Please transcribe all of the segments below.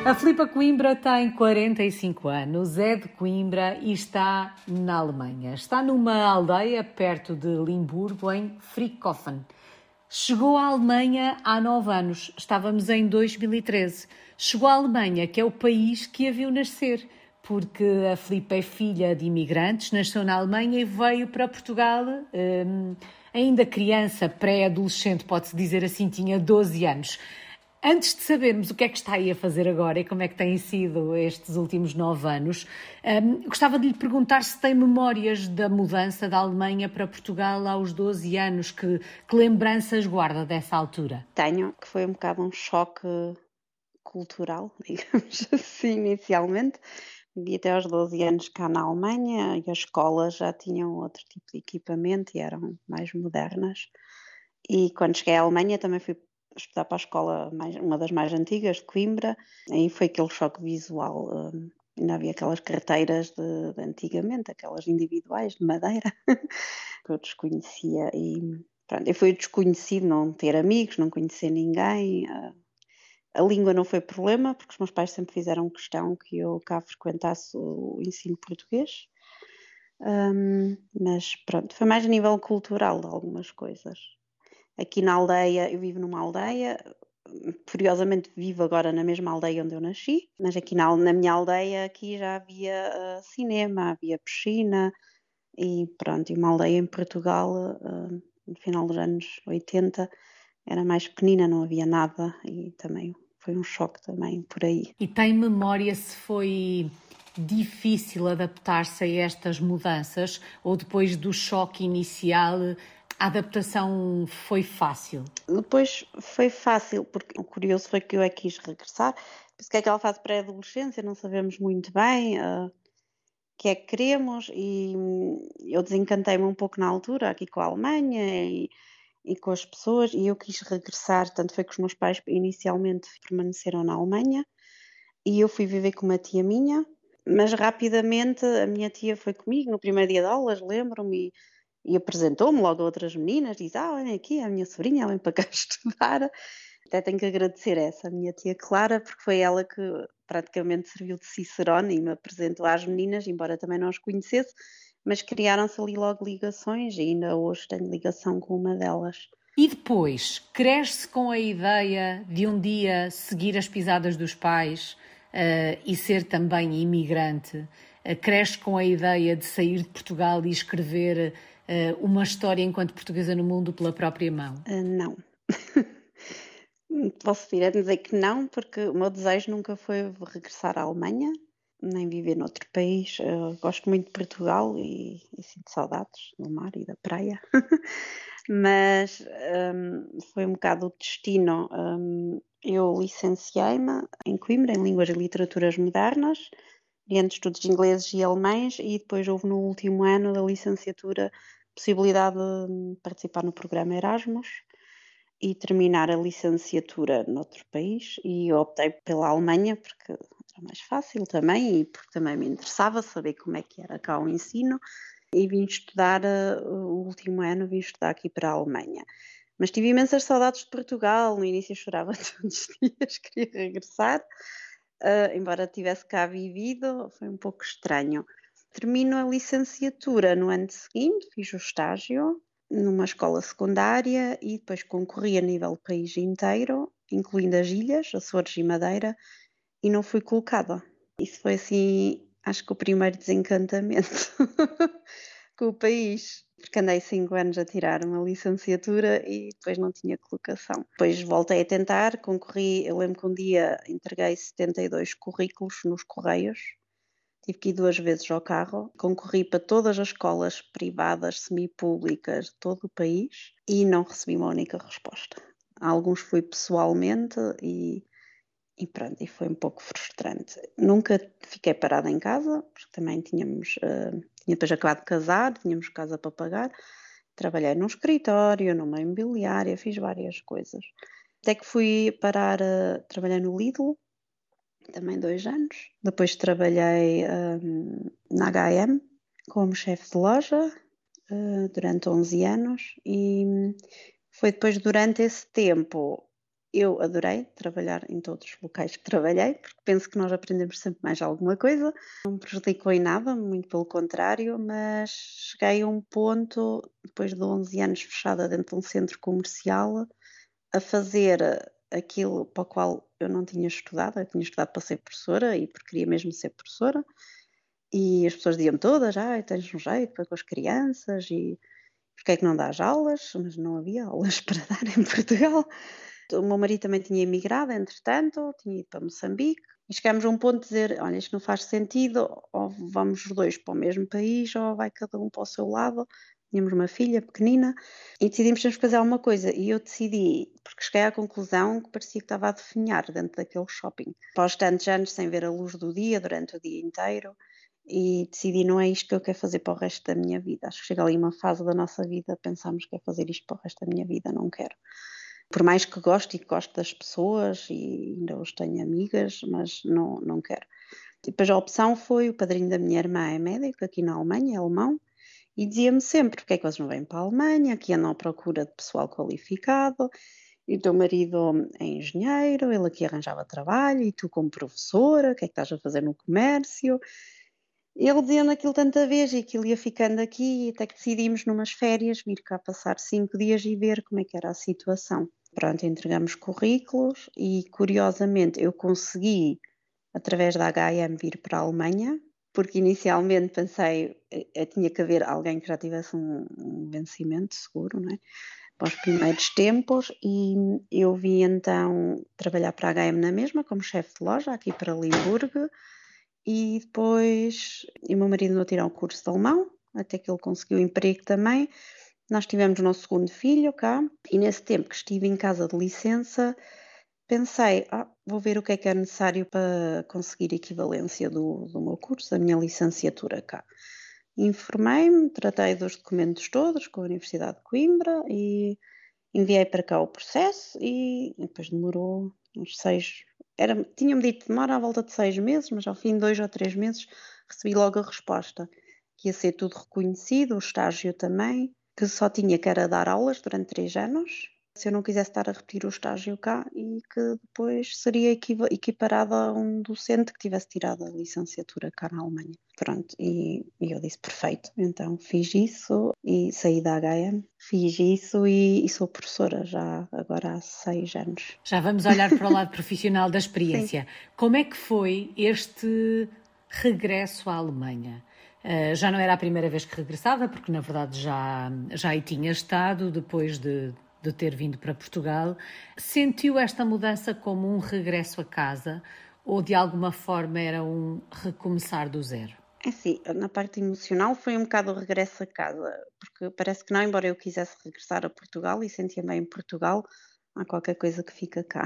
A Filipa Coimbra tem 45 anos, é de Coimbra e está na Alemanha. Está numa aldeia perto de Limburgo, em Frickhofen. Chegou à Alemanha há 9 anos, estávamos em 2013. Chegou à Alemanha, que é o país que a viu nascer, porque a Filipa é filha de imigrantes, nasceu na Alemanha e veio para Portugal, ainda criança, pré-adolescente, pode-se dizer assim, tinha 12 anos. Antes de sabermos o que é que está aí a fazer agora e como é que têm sido estes últimos 9 anos, gostava de lhe perguntar se tem memórias da mudança da Alemanha para Portugal aos 12 anos, que lembranças guarda dessa altura? Tenho, que foi um bocado um choque cultural, digamos assim, inicialmente. Vivi até aos 12 anos cá na Alemanha e as escolas já tinham outro tipo de equipamento e eram mais modernas. E quando cheguei à Alemanha também fui estudar para a escola, uma das mais antigas, de Coimbra, aí foi aquele choque visual. Ainda havia aquelas carteiras de antigamente, aquelas individuais de madeira, que eu desconhecia. E pronto, eu fui desconhecido, não ter amigos, não conhecer ninguém. A língua não foi problema, porque os meus pais sempre fizeram questão que eu cá frequentasse o ensino português. Mas pronto, foi mais a nível cultural de algumas coisas. Aqui na aldeia, eu vivo numa aldeia, curiosamente vivo agora na mesma aldeia onde eu nasci, mas aqui na minha aldeia aqui já havia cinema, havia piscina e pronto, e uma aldeia em Portugal, no final dos anos 80, era mais pequenina, não havia nada e também foi um choque também por aí. E tem memória se foi difícil adaptar-se a estas mudanças ou depois do choque inicial a adaptação foi fácil? Depois foi fácil, porque o curioso foi que eu quis regressar. Penso que é aquela fase pré-adolescência, não sabemos muito bem o que é que queremos e eu desencantei-me um pouco na altura aqui com a Alemanha e com as pessoas e eu quis regressar, tanto foi que os meus pais inicialmente permaneceram na Alemanha e eu fui viver com uma tia minha, mas rapidamente a minha tia foi comigo no primeiro dia de aulas, lembro-me, e apresentou-me logo a outras meninas, diz, olhem aqui, a minha sobrinha, ela vem para cá estudar. Até tenho que agradecer essa, a minha tia Clara, porque foi ela que praticamente serviu de cicerone e me apresentou às meninas, embora também não as conhecesse, mas criaram-se ali logo ligações e ainda hoje tenho ligação com uma delas. E depois, cresce com a ideia de um dia seguir as pisadas dos pais e ser também imigrante? Cresce com a ideia de sair de Portugal e escrever uma história enquanto portuguesa no mundo pela própria mão? Não. Posso dizer que não, porque o meu desejo nunca foi regressar à Alemanha, nem viver noutro país. Eu gosto muito de Portugal e sinto saudades do mar e da praia. Mas foi um bocado o destino. Eu licenciei-me em Coimbra, em Línguas e Literaturas Modernas, entre estudos de ingleses e alemães, e depois houve no último ano da licenciatura possibilidade de participar no programa Erasmus e terminar a licenciatura noutro país e eu optei pela Alemanha porque era mais fácil também e porque também me interessava saber como é que era cá o ensino e vim estudar o último ano, vim estudar aqui para a Alemanha. Mas tive imensas saudades de Portugal, no início eu chorava todos os dias, queria regressar, embora tivesse cá vivido, foi um pouco estranho. Termino a licenciatura no ano seguinte, fiz o estágio numa escola secundária e depois concorri a nível país inteiro, incluindo as ilhas, Açores e Madeira, e não fui colocada. Isso foi assim, acho que o primeiro desencantamento com o país, porque andei 5 anos a tirar uma licenciatura e depois não tinha colocação. Depois voltei a tentar, concorri, eu lembro que um dia entreguei 72 currículos nos Correios, tive que ir 2 vezes ao carro, concorri para todas as escolas privadas, semipúblicas de todo o país e não recebi uma única resposta. A alguns fui pessoalmente e pronto, e foi um pouco frustrante. Nunca fiquei parada em casa, porque também tinha depois acabado de casar, tínhamos casa para pagar. Trabalhei num escritório, numa imobiliária, fiz várias coisas. Até que fui parar, trabalhei no Lidl, também 2 anos. Depois trabalhei na H&M como chefe de loja durante 11 anos e foi depois durante esse tempo Eu adorei trabalhar em todos os locais que trabalhei, porque penso que nós aprendemos sempre mais alguma coisa. Não me prejudicou em nada, muito pelo contrário, mas cheguei a um ponto, depois de 11 anos fechada dentro de um centro comercial, a fazer aquilo para o qual eu não tinha estudado. Eu tinha estudado para ser professora e porque queria mesmo ser professora. E as pessoas diziam todas, tens um jeito para com as crianças e porque é que não dás aulas? Mas não havia aulas para dar em Portugal. O meu marido também tinha emigrado, entretanto, tinha ido para Moçambique. E chegámos a um ponto de dizer, olha, isto não faz sentido, ou vamos os dois para o mesmo país, ou vai cada um para o seu lado. Tínhamos uma filha pequenina e decidimos que temos que fazer alguma coisa. E eu decidi, porque cheguei à conclusão que parecia que estava a definhar dentro daquele shopping. Após tantos anos sem ver a luz do dia, durante o dia inteiro, e decidi, não é isto que eu quero fazer para o resto da minha vida. Acho que chega ali uma fase da nossa vida, pensamos que é fazer isto para o resto da minha vida, não quero. Por mais que goste e que goste das pessoas e ainda hoje tenho amigas, mas não quero. E depois a opção foi, o padrinho da minha irmã é médico aqui na Alemanha, é alemão, e dizia-me sempre, porque é que eles não vêm para a Alemanha, aqui andam à procura de pessoal qualificado, e o teu marido é engenheiro, ele aqui arranjava trabalho, e tu como professora, o que é que estás a fazer no comércio? Ele dizia-me aquilo tanta vez e aquilo ia ficando aqui, até que decidimos numas férias vir cá passar 5 dias e ver como é que era a situação. Pronto, entregamos currículos e curiosamente eu consegui, através da H&M, vir para a Alemanha, porque inicialmente pensei tinha que haver alguém que já tivesse um vencimento seguro, não é? Para os primeiros tempos, e eu vim então trabalhar para a H&M na mesma, como chefe de loja, aqui para Limburgo. E depois, o meu marido andou a tirar o curso de alemão, até que ele conseguiu emprego também. Nós tivemos o nosso segundo filho cá, e nesse tempo que estive em casa de licença, pensei, vou ver o que é necessário para conseguir a equivalência do meu curso, da minha licenciatura cá. Informei-me, tratei dos documentos todos com a Universidade de Coimbra e enviei para cá o processo e depois demorou uns 6, tinha-me dito demora à volta de 6 meses, mas ao fim de 2 ou 3 meses recebi logo a resposta, que ia ser tudo reconhecido, o estágio também, que só tinha que era dar aulas durante 3 anos, se eu não quisesse estar a repetir o estágio cá, e que depois seria equiparada a um docente que tivesse tirado a licenciatura cá na Alemanha. Pronto, e eu disse perfeito, então fiz isso e saí da HM, fiz isso e sou professora já agora há 6 anos. Já vamos olhar para o lado profissional da experiência. Sim. Como é que foi este regresso à Alemanha? Já não era a primeira vez que regressava, porque na verdade já aí tinha estado depois de ter vindo para Portugal. Sentiu esta mudança como um regresso a casa ou de alguma forma era um recomeçar do zero? É assim, na parte emocional foi um bocado o regresso a casa, porque parece que não, embora eu quisesse regressar a Portugal e sentia-me bem em Portugal, há qualquer coisa que fica cá.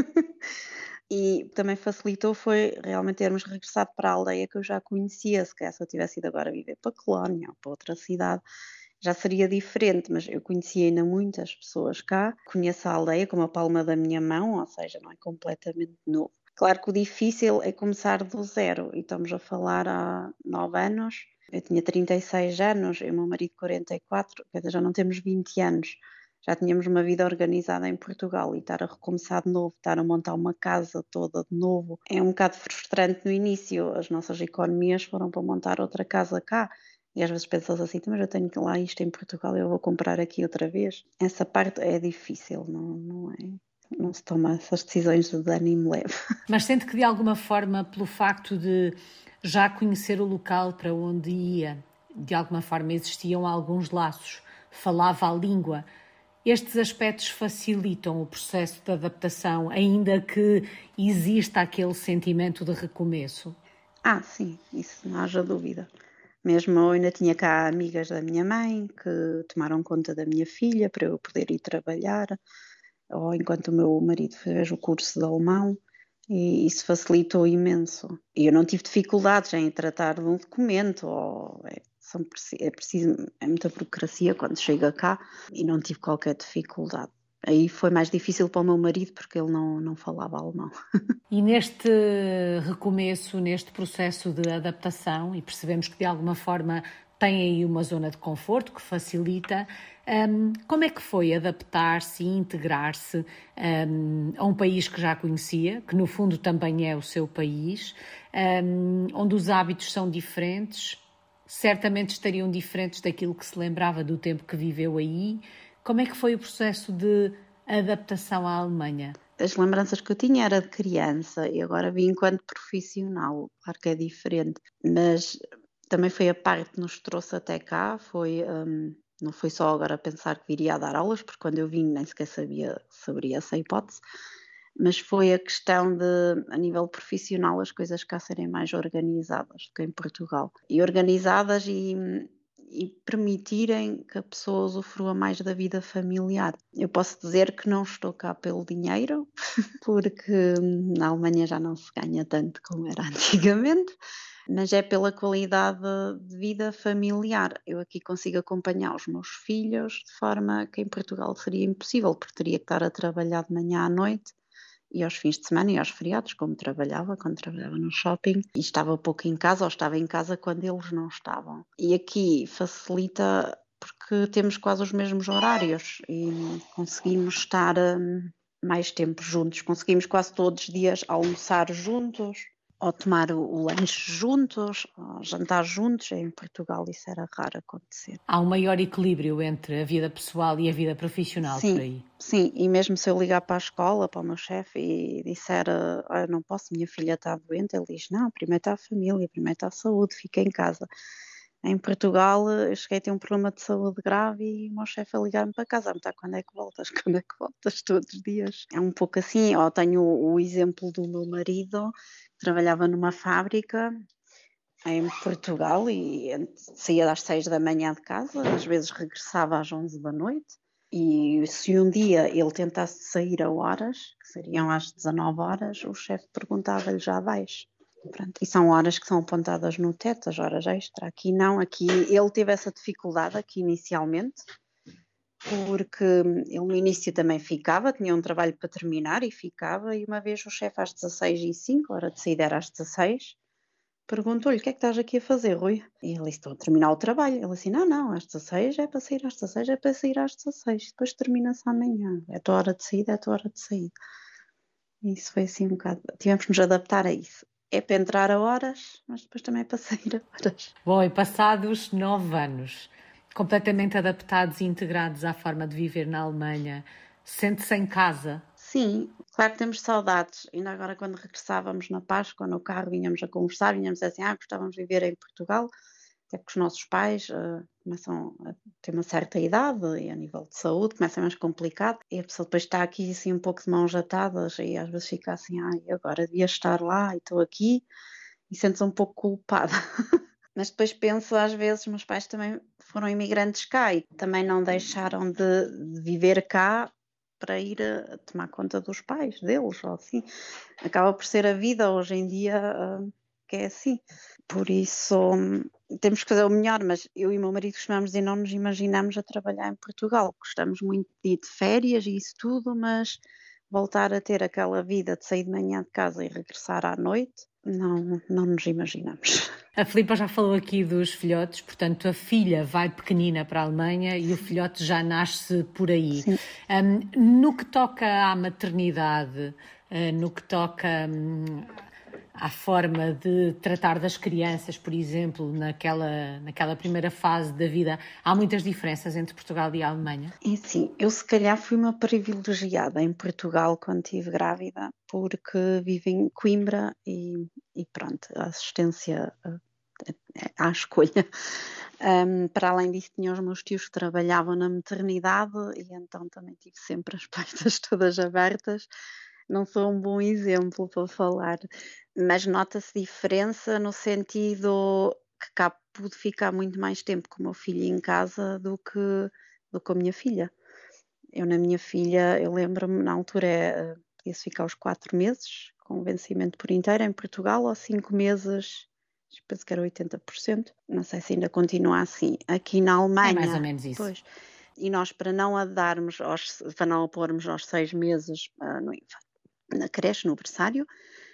E também facilitou foi realmente termos regressado para a aldeia que eu já conhecia, se calhar se eu tivesse ido agora viver para Colónia ou para outra cidade, já seria diferente, mas eu conhecia ainda muitas pessoas cá, conheço a aldeia como a palma da minha mão, ou seja, não é completamente novo. Claro que o difícil é começar do zero, e estamos a falar há 9 anos, eu tinha 36 anos, e o meu marido 44, quer dizer, já não temos 20 anos, já tínhamos uma vida organizada em Portugal e estar a recomeçar de novo, estar a montar uma casa toda de novo, é um bocado frustrante no início, as nossas economias foram para montar outra casa cá, e às vezes pensas assim, mas eu tenho lá isto em Portugal, eu vou comprar aqui outra vez. Essa parte é difícil, não é? Não se toma essas decisões de ânimo leve. Mas sente que de alguma forma, pelo facto de já conhecer o local para onde ia, de alguma forma existiam alguns laços, falava a língua, estes aspectos facilitam o processo de adaptação, ainda que exista aquele sentimento de recomeço? Sim, isso não haja dúvida. Mesmo eu ainda tinha cá amigas da minha mãe que tomaram conta da minha filha para eu poder ir trabalhar, ou enquanto o meu marido fez o curso de alemão, e isso facilitou imenso. E eu não tive dificuldades em tratar de um documento, é muita burocracia quando chega cá, e não tive qualquer dificuldade. Aí foi mais difícil para o meu marido porque ele não falava alemão. E neste recomeço, neste processo de adaptação, e percebemos que de alguma forma tem aí uma zona de conforto que facilita, como é que foi adaptar-se e integrar-se a um país que já conhecia, que no fundo também é o seu país, onde os hábitos são diferentes, certamente estariam diferentes daquilo que se lembrava do tempo que viveu aí. Como é que foi o processo de adaptação à Alemanha? As lembranças que eu tinha era de criança e agora vi enquanto profissional. Claro que é diferente, mas também foi a parte que nos trouxe até cá. Não foi só agora pensar que viria a dar aulas, porque quando eu vim nem sequer saberia essa hipótese, mas foi a questão de, a nível profissional, as coisas cá serem mais organizadas do que em Portugal. E organizadas e permitirem que a pessoa usufrua mais da vida familiar. Eu posso dizer que não estou cá pelo dinheiro, porque na Alemanha já não se ganha tanto como era antigamente, mas é pela qualidade de vida familiar. Eu aqui consigo acompanhar os meus filhos de forma que em Portugal seria impossível, porque teria que estar a trabalhar de manhã à noite e aos fins de semana e aos feriados, quando trabalhava no shopping, e estava pouco em casa ou estava em casa quando eles não estavam. E aqui facilita porque temos quase os mesmos horários e conseguimos estar mais tempo juntos, conseguimos quase todos os dias almoçar juntos, ou tomar o lanche juntos, ou jantar juntos. Em Portugal isso era raro acontecer. Há um maior equilíbrio entre a vida pessoal e a vida profissional por Sim, aí. sim, e mesmo se eu ligar para a escola, para o meu chefe e disser, olha, não posso, minha filha está doente, ele diz, não, primeiro está a família, primeiro está a saúde, fica em casa. Em Portugal, eu cheguei a ter um problema de saúde grave e o meu chefe a ligar-me para casa, a perguntar quando é que voltas, quando é que voltas, todos os dias. É um pouco assim, ou tenho o exemplo do meu marido, que trabalhava numa fábrica em Portugal e saía às 6 da manhã de casa, às vezes regressava às 11 da noite. E se um dia ele tentasse sair a horas, que seriam às 19 horas, o chefe perguntava-lhe já vais. Pronto, e são horas que são apontadas no teto, as horas extra. Aqui não, aqui ele teve essa dificuldade aqui inicialmente, porque ele no início também ficava, tinha um trabalho para terminar e ficava, e uma vez o chefe às 16h05, hora de saída era às 16, perguntou-lhe: o que é que estás aqui a fazer, Rui? E ele disse: estou a terminar o trabalho. Ele disse: não, às 16 é para sair às 16, é para sair às 16, depois termina-se amanhã, é a tua hora de saída, é a tua hora de saída. E isso foi assim um bocado, tivemos que nos adaptar a isso. É para entrar a horas, mas depois também é para sair a horas. Bom, e passados 9 anos, completamente adaptados e integrados à forma de viver na Alemanha, sente-se em casa? Sim, claro que temos saudades. Ainda agora, quando regressávamos na Páscoa, no carro, vinhamos a conversar, vinhamos assim: gostávamos de viver em Portugal, até porque os nossos pais começam a ter uma certa idade e a nível de saúde começa mais complicado. E a pessoa depois está aqui assim um pouco de mãos atadas e às vezes fica assim: agora devia estar lá e estou aqui, e sente-se um pouco culpada. Mas depois penso, às vezes, meus pais também foram imigrantes cá e também não deixaram de viver cá para ir a tomar conta dos pais deles, ou assim. Acaba por ser a vida hoje em dia que é assim. Por isso, temos que fazer o melhor, mas eu e o meu marido costumamos dizer, não nos imaginamos a trabalhar em Portugal. Gostamos muito de ir de férias e isso tudo, mas voltar a ter aquela vida de sair de manhã de casa e regressar à noite, não nos imaginamos. A Filipa já falou aqui dos filhotes, portanto a filha vai pequenina para a Alemanha e o filhote já nasce por aí. No que toca à maternidade, no que toca à forma de tratar das crianças, por exemplo, naquela primeira fase da vida, há muitas diferenças entre Portugal e a Alemanha? E sim, eu se calhar fui uma privilegiada em Portugal quando estive grávida, porque vivo em Coimbra e pronto, a assistência à escolha. Para além disso, tinha os meus tios que trabalhavam na maternidade e então também tive sempre as portas todas abertas. Não sou um bom exemplo para falar, mas nota-se diferença no sentido que cá pude ficar muito mais tempo com o meu filho em casa do que a minha filha. Eu na minha filha, eu lembro-me, na altura podia-se ficar os 4 meses, com vencimento por inteiro em Portugal, ou 5 meses, penso que era 80%, não sei se ainda continua assim. Aqui na É mais ou Alemanha, menos isso. pois, E nós, para não a darmos, para não a pormos aos 6 meses na creche, no berçário,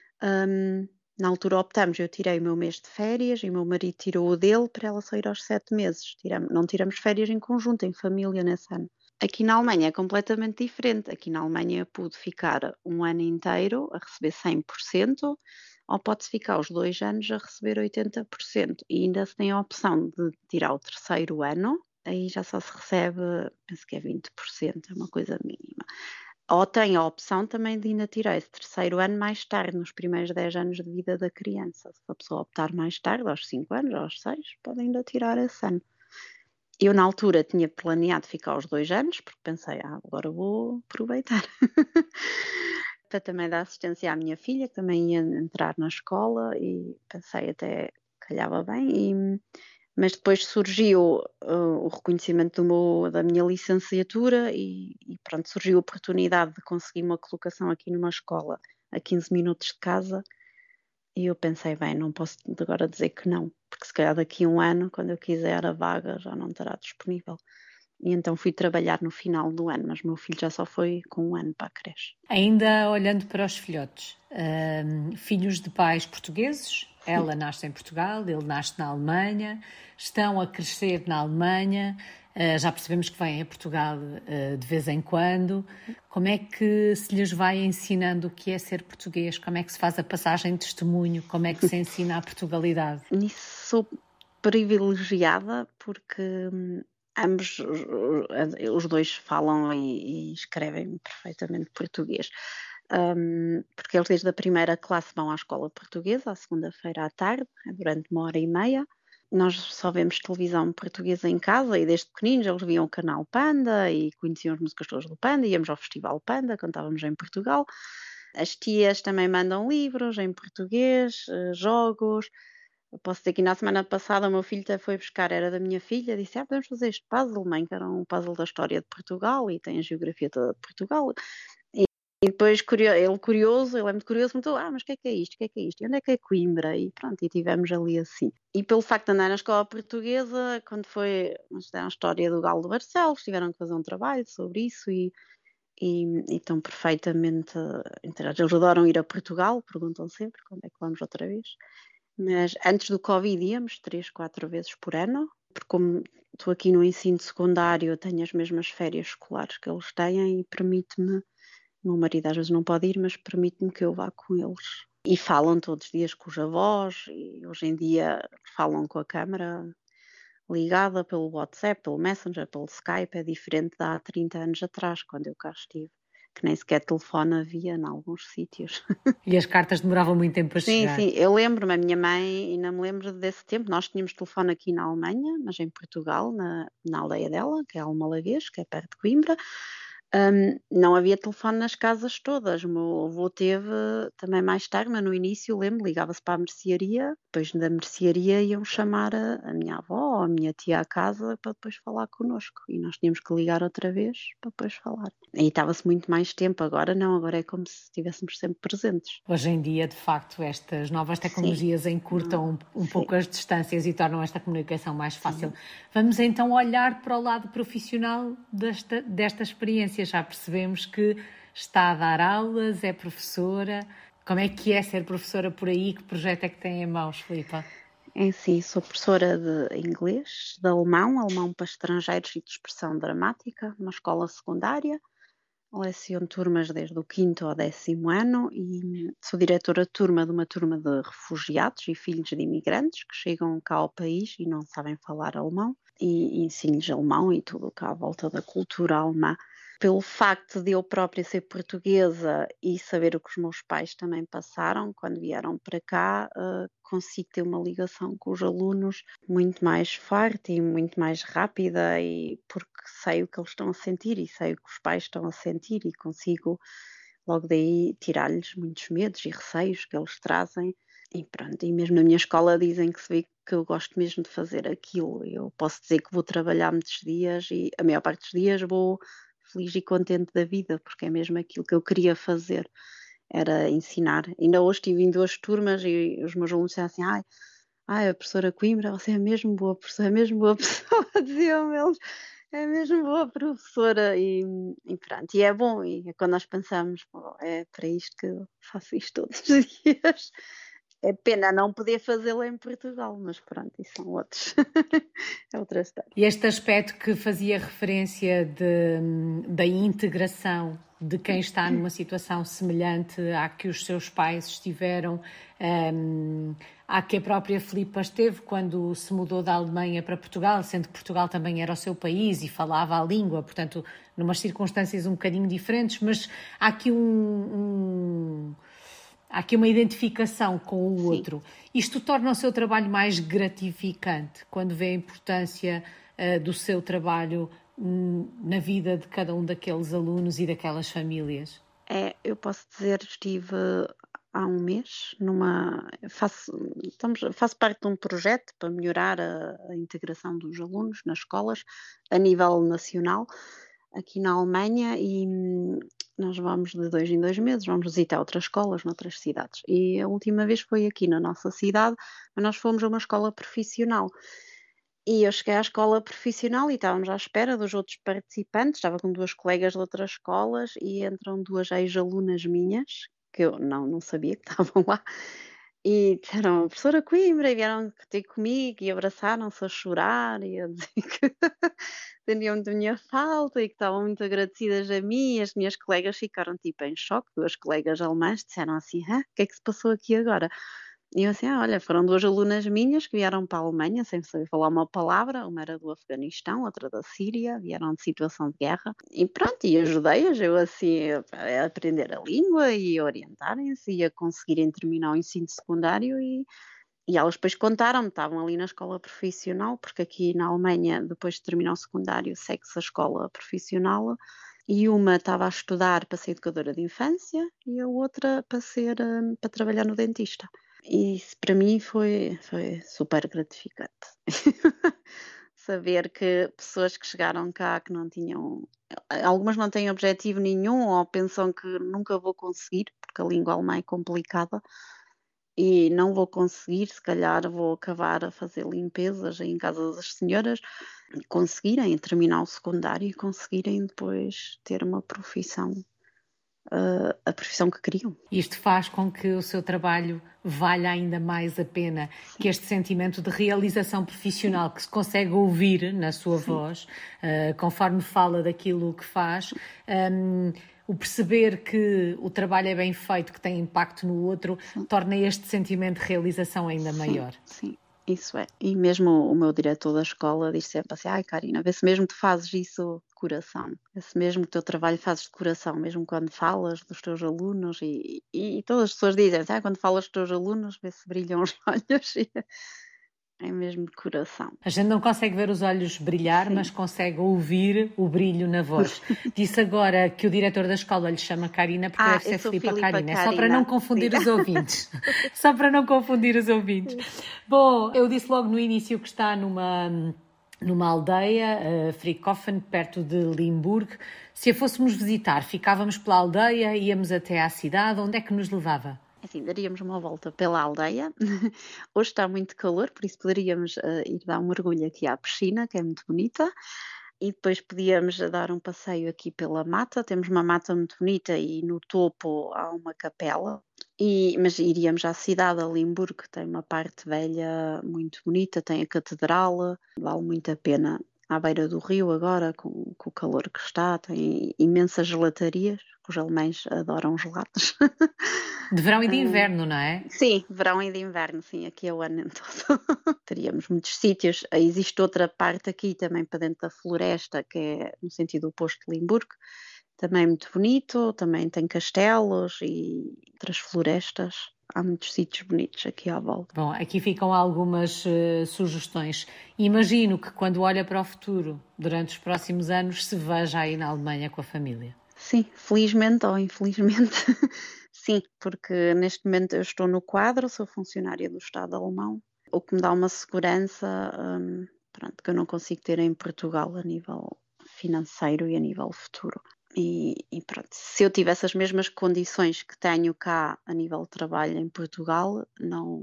na altura optamos, eu tirei o meu mês de férias e o meu marido tirou o dele para ela sair aos 7 meses. Não tiramos férias em conjunto, em família, nesse ano. Aqui na Alemanha é completamente diferente. Aqui na Alemanha eu pude ficar um ano inteiro a receber 100%, ou pode-se ficar os 2 anos a receber 80%. E ainda se tem a opção de tirar o terceiro ano, aí já só se recebe, penso que é 20%, é uma coisa mínima. Ou tem a opção também de ainda tirar esse terceiro ano mais tarde, nos primeiros 10 anos de vida da criança. Se a pessoa optar mais tarde, aos 5 anos, aos 6, pode ainda tirar esse ano. Eu, na altura, tinha planeado ficar aos 2 anos, porque pensei, agora vou aproveitar. Para também dar assistência à minha filha, que também ia entrar na escola, e pensei até calhava bem. Mas depois surgiu o reconhecimento da minha licenciatura e pronto, surgiu a oportunidade de conseguir uma colocação aqui numa escola a 15 minutos de casa. E eu pensei, bem, não posso agora dizer que não, porque se calhar daqui a um ano, quando eu quiser a vaga, já não estará disponível. E então fui trabalhar no final do ano, mas meu filho já só foi com um ano para a creche. Ainda olhando para os filhotes, filhos de pais portugueses, ela nasce em Portugal, ele nasce na Alemanha, estão a crescer na Alemanha, já percebemos que vêm a Portugal de vez em quando. Como é que se lhes vai ensinando o que é ser português? Como é que se faz a passagem de testemunho? Como é que se ensina a Portugalidade? Nisso sou privilegiada porque ambos, os dois falam e escrevem perfeitamente português. Porque eles desde a primeira classe vão à escola portuguesa, à segunda-feira à tarde, durante 1h30. Nós só vemos televisão portuguesa em casa e desde pequeninos eles viam o canal Panda e conheciam as músicas todas do Panda, íamos ao Festival Panda quando estávamos em Portugal. As tias também mandam livros em português, jogos. Eu posso dizer que na semana passada o meu filho até foi buscar, era da minha filha, disse, podemos fazer este puzzle, mãe, que era um puzzle da história de Portugal e tem a geografia toda de Portugal. E depois, ele é muito curioso, perguntou, mas o que é isto? O que é isto? E onde é que é Coimbra? E pronto, e tivemos ali assim. E pelo facto de andar na escola portuguesa, quando foi a história do Galo de Barcelos, tiveram que fazer um trabalho sobre isso e estão perfeitamente inteirados. Eles adoram ir a Portugal, perguntam sempre quando é que vamos outra vez. Mas antes do Covid íamos 3, 4 vezes por ano, porque como estou aqui no ensino secundário, eu tenho as mesmas férias escolares que eles têm e permite-me, o meu marido às vezes não pode ir, mas permite-me que eu vá com eles. E falam todos os dias com os avós, e hoje em dia falam com a câmara ligada pelo WhatsApp, pelo Messenger, pelo Skype, é diferente de há 30 anos atrás, quando eu cá estive, que nem sequer telefone havia em alguns sítios. E as cartas demoravam muito tempo a chegar. Sim, eu lembro-me, a minha mãe, ainda me lembro desse tempo, nós tínhamos telefone aqui na Alemanha, mas em Portugal, na aldeia dela, que é Almalaguês, que é perto de Coimbra, não havia telefone nas casas todas. O meu avô teve também mais tarde, mas no início, lembro, ligava-se para a mercearia, depois da mercearia iam chamar a minha avó ou a minha tia à casa para depois falar connosco, e nós tínhamos que ligar outra vez para depois falar. E estava-se muito mais tempo, agora não, agora é como se estivéssemos sempre presentes. Hoje em dia, de facto, estas novas tecnologias encurtam um pouco as distâncias e tornam esta comunicação mais fácil. Vamos então olhar para o lado profissional desta experiência. Já percebemos que está a dar aulas, é professora. Como é que é ser professora por aí? Que projeto é que tem em mãos, Filipa? Sim, sou professora de inglês, de alemão para estrangeiros e de expressão dramática, numa escola secundária. Leciono turmas desde o 5º ao 10º ano e sou diretora de turma de uma turma de refugiados e filhos de imigrantes que chegam cá ao país e não sabem falar alemão, e ensino-lhes alemão e tudo cá à volta da cultura alemã. Pelo facto de eu própria ser portuguesa e saber o que os meus pais também passaram quando vieram para cá, consigo ter uma ligação com os alunos muito mais forte e muito mais rápida, e porque sei o que eles estão a sentir e sei o que os pais estão a sentir e consigo logo daí tirar-lhes muitos medos e receios que eles trazem. E pronto, e mesmo na minha escola dizem que se vê que eu gosto mesmo de fazer aquilo. Eu posso dizer que vou trabalhar muitos dias e a maior parte dos dias vou feliz e contente da vida, porque é mesmo aquilo que eu queria fazer, era ensinar. Ainda hoje estive em 2 turmas e os meus alunos disseram assim, a professora Coimbra, você é mesmo boa professora, é mesmo boa pessoa, diziam eles. É mesmo boa professora e pronto, e é bom, e é quando nós pensamos: "Pô, é para isto que eu faço isto todos os dias". É pena não poder fazê-lo em Portugal, mas pronto, isso são outros é outra história. E este aspecto que fazia referência da integração de quem está numa situação semelhante à que os seus pais estiveram, à que a própria Filipa esteve quando se mudou da Alemanha para Portugal, sendo que Portugal também era o seu país e falava a língua, portanto, numas circunstâncias um bocadinho diferentes, mas há aqui há aqui uma identificação com o Sim. outro. Isto torna o seu trabalho mais gratificante quando vê a importância do seu trabalho na vida de cada um daqueles alunos e daquelas famílias. Eu posso dizer, estive há um mês faço parte de um projeto para melhorar a integração dos alunos nas escolas a nível nacional, aqui na Alemanha, e nós vamos de 2 em 2 meses, vamos visitar outras escolas noutras cidades. E a última vez foi aqui na nossa cidade, mas nós fomos a uma escola profissional. E eu cheguei à escola profissional e estávamos à espera dos outros participantes, estava com 2 colegas de outras escolas e entram 2 ex-alunas minhas, que eu não sabia que estavam lá, e disseram: "Professora Coimbra", e vieram ter comigo e abraçaram-se a chorar e a dizer que sentiam muito a minha falta e que estavam muito agradecidas a mim, e as minhas colegas ficaram tipo em choque, 2 colegas alemãs disseram assim: "Hã, o que é que se passou aqui agora?" E eu assim: "Ah, olha, foram 2 alunas minhas que vieram para a Alemanha sem saber falar uma palavra, uma era do Afeganistão, outra da Síria, vieram de situação de guerra, e pronto, e ajudei-as, eu assim, a aprender a língua e a orientarem-se e a conseguirem terminar o ensino secundário e elas depois contaram-me, estavam ali na escola profissional, porque aqui na Alemanha, depois de terminar o secundário, segue-se a escola profissional, e uma estava a estudar para ser educadora de infância e a outra para trabalhar no dentista. E isso para mim foi super gratificante. Saber que pessoas que chegaram cá que não tinham, algumas não têm objetivo nenhum ou pensam que nunca vou conseguir, porque a língua alemã é complicada e não vou conseguir, se calhar vou acabar a fazer limpezas em casa das senhoras, conseguirem terminar o secundário e conseguirem depois ter uma profissão, a profissão que queriam. Isto faz com que o seu trabalho valha ainda mais a pena, Sim, que este sentimento de realização profissional que se consegue ouvir na sua sim. voz, conforme fala daquilo que faz, o perceber que o trabalho é bem feito, que tem impacto no outro, Sim, torna este sentimento de realização ainda sim, maior. sim, isso é. E mesmo o meu diretor da escola diz sempre assim: "Ai, Karina, vê se mesmo tu fazes isso de coração, vê se mesmo o teu trabalho fazes de coração, mesmo quando falas dos teus alunos", e todas as pessoas dizem assim: "Ai, quando falas dos teus alunos, vê se brilham os olhos", e é mesmo de coração. A gente não consegue ver os olhos brilhar, mas Sim. consegue ouvir o brilho na voz. Disse agora que o diretor da escola lhe chama Karina porque Ah, deve eu ser sou Filipa Filipa Karina. É só para não Karina, sim. confundir os ouvintes. Só para não confundir os ouvintes. Bom, eu disse logo no início que está numa aldeia, Frikoffen, perto de Limburgo. Se a fôssemos visitar, ficávamos pela aldeia, íamos até à cidade. Onde é que nos levava? Assim, daríamos uma volta pela aldeia. Hoje está muito calor, por isso poderíamos ir dar um mergulho aqui à piscina, que é muito bonita, e depois podíamos dar um passeio aqui pela mata. Temos uma mata muito bonita e no topo há uma capela. Mas iríamos à cidade, a Limburgo, que tem uma parte velha muito bonita, tem a catedral, vale muito a pena. À beira do rio agora, com o calor que está, tem imensas gelatarias, que os alemães adoram gelados. De verão e de Ah, inverno, não é? sim, verão e de inverno, sim, aqui é o ano em todo. Teríamos muitos sítios. Existe outra parte aqui também para dentro da floresta, que é no sentido oposto de Limburgo, também é muito bonito, também tem castelos e outras florestas. Há muitos sítios bonitos aqui à volta. Bom, aqui ficam algumas sugestões. Imagino que quando olha para o futuro, durante os próximos anos, se veja aí na Alemanha com a família. Sim, felizmente ou infelizmente, sim, porque neste momento eu estou no quadro, sou funcionária do Estado alemão, o que me dá uma segurança, pronto, que eu não consigo ter em Portugal a nível financeiro e a nível futuro. E pronto, se eu tivesse as mesmas condições que tenho cá a nível de trabalho em Portugal, não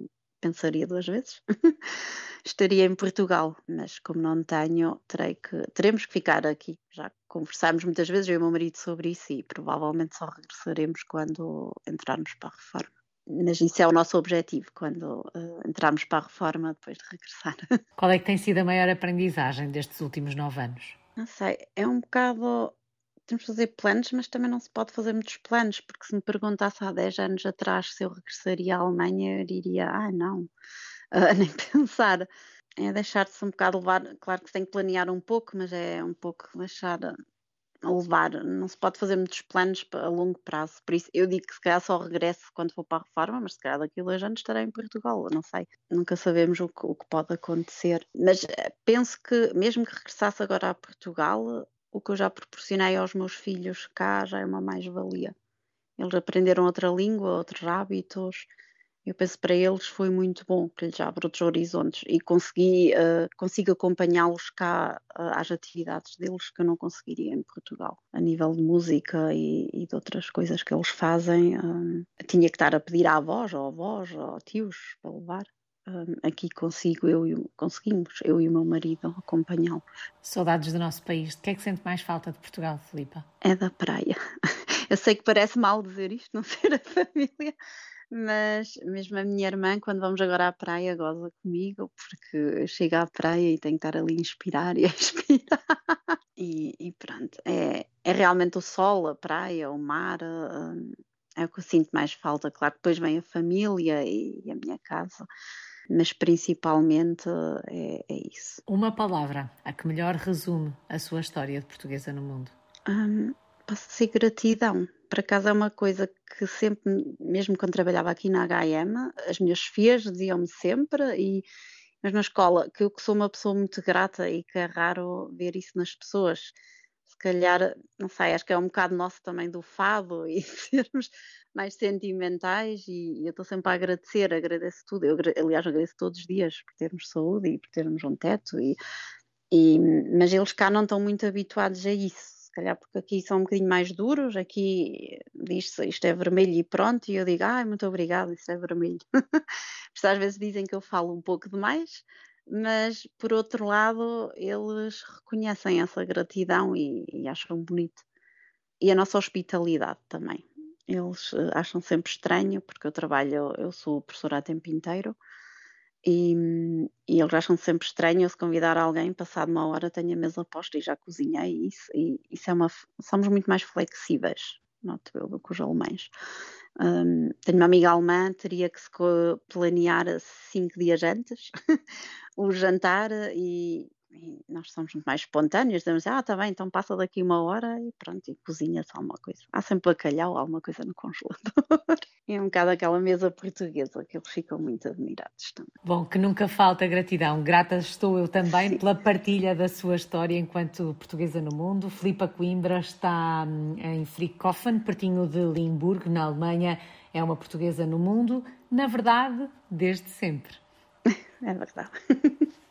pensaria duas vezes, estaria em Portugal, mas como não tenho, teremos que ficar aqui. Já conversámos muitas vezes, eu e o meu marido, sobre isso e provavelmente só regressaremos quando entrarmos para a reforma. Mas isso é o nosso objetivo, quando entrarmos para a reforma, depois de regressar. Qual é que tem sido a maior aprendizagem destes últimos 9 anos? Não sei, é um bocado... Temos de fazer planos, mas também não se pode fazer muitos planos, porque se me perguntasse há 10 anos atrás se eu regressaria à Alemanha, eu diria, não, nem pensar. É deixar-se um bocado levar, claro que se tem que planear um pouco, mas é um pouco deixar levar, não se pode fazer muitos planos a longo prazo, por isso eu digo que se calhar só regresso quando for para a reforma, mas se calhar daqui a 2 anos estarei em Portugal, não sei, nunca sabemos o que pode acontecer, mas penso que mesmo que regressasse agora a Portugal, o que eu já proporcionei aos meus filhos cá já é uma mais-valia, eles aprenderam outra língua, outros hábitos. Eu penso para eles foi muito bom, que lhes abre outros horizontes e consigo acompanhá-los cá às atividades deles que eu não conseguiria em Portugal. A nível de música e de outras coisas que eles fazem, tinha que estar a pedir à avós ou avós ou tios para levar. Aqui conseguimos, eu e o meu marido, acompanhá-los. Saudades do nosso país. De que é que sente mais falta de Portugal, Filipa? É da praia. Eu sei que parece mal dizer isto, não ser a família, mas mesmo a minha irmã, quando vamos agora à praia, goza comigo, porque eu chego à praia e tenho que estar ali a inspirar e a expirar. E pronto, é realmente o sol, a praia, o mar, é o que eu sinto mais falta. Claro que depois vem a família e a minha casa, mas principalmente é isso. Uma palavra, a que melhor resume a sua história de portuguesa no mundo. Posso dizer gratidão. Por acaso é uma coisa que sempre, mesmo quando trabalhava aqui na H&M, as minhas filhas diziam-me sempre, mas na escola, que eu que sou uma pessoa muito grata e que é raro ver isso nas pessoas. Se calhar, não sei, acho que é um bocado nosso também do fado e sermos mais sentimentais e eu estou sempre a agradecer, agradeço tudo. Aliás, agradeço todos os dias por termos saúde e por termos um teto, mas eles cá não estão muito habituados a isso. Se calhar porque aqui são um bocadinho mais duros, aqui diz-se isto é vermelho e pronto, e eu digo, muito obrigada, isso é vermelho. Porque às vezes dizem que eu falo um pouco demais, mas por outro lado eles reconhecem essa gratidão e acham bonito. E a nossa hospitalidade também. Eles acham sempre estranho, porque eu sou professora a tempo inteiro, e eles acham sempre estranho eu se convidar alguém, passado uma hora tenho a mesa posta e já cozinhei isso somos muito mais flexíveis, noto eu, do que os alemães. Tenho uma amiga alemã, teria que se planear 5 dias antes o jantar e nós somos muito mais espontâneos, dizemos, está bem, então passa daqui uma hora e pronto, e cozinha-se alguma coisa. Há sempre bacalhau, alguma coisa no congelador. É um bocado aquela mesa portuguesa que eles ficam muito admirados também. Bom, que nunca falta gratidão. Grata estou eu também Sim. pela partilha da sua história enquanto portuguesa no mundo. Filipa Coimbra está em Frickhofen, pertinho de Limburgo, na Alemanha. É uma portuguesa no mundo, na verdade, desde sempre. É verdade.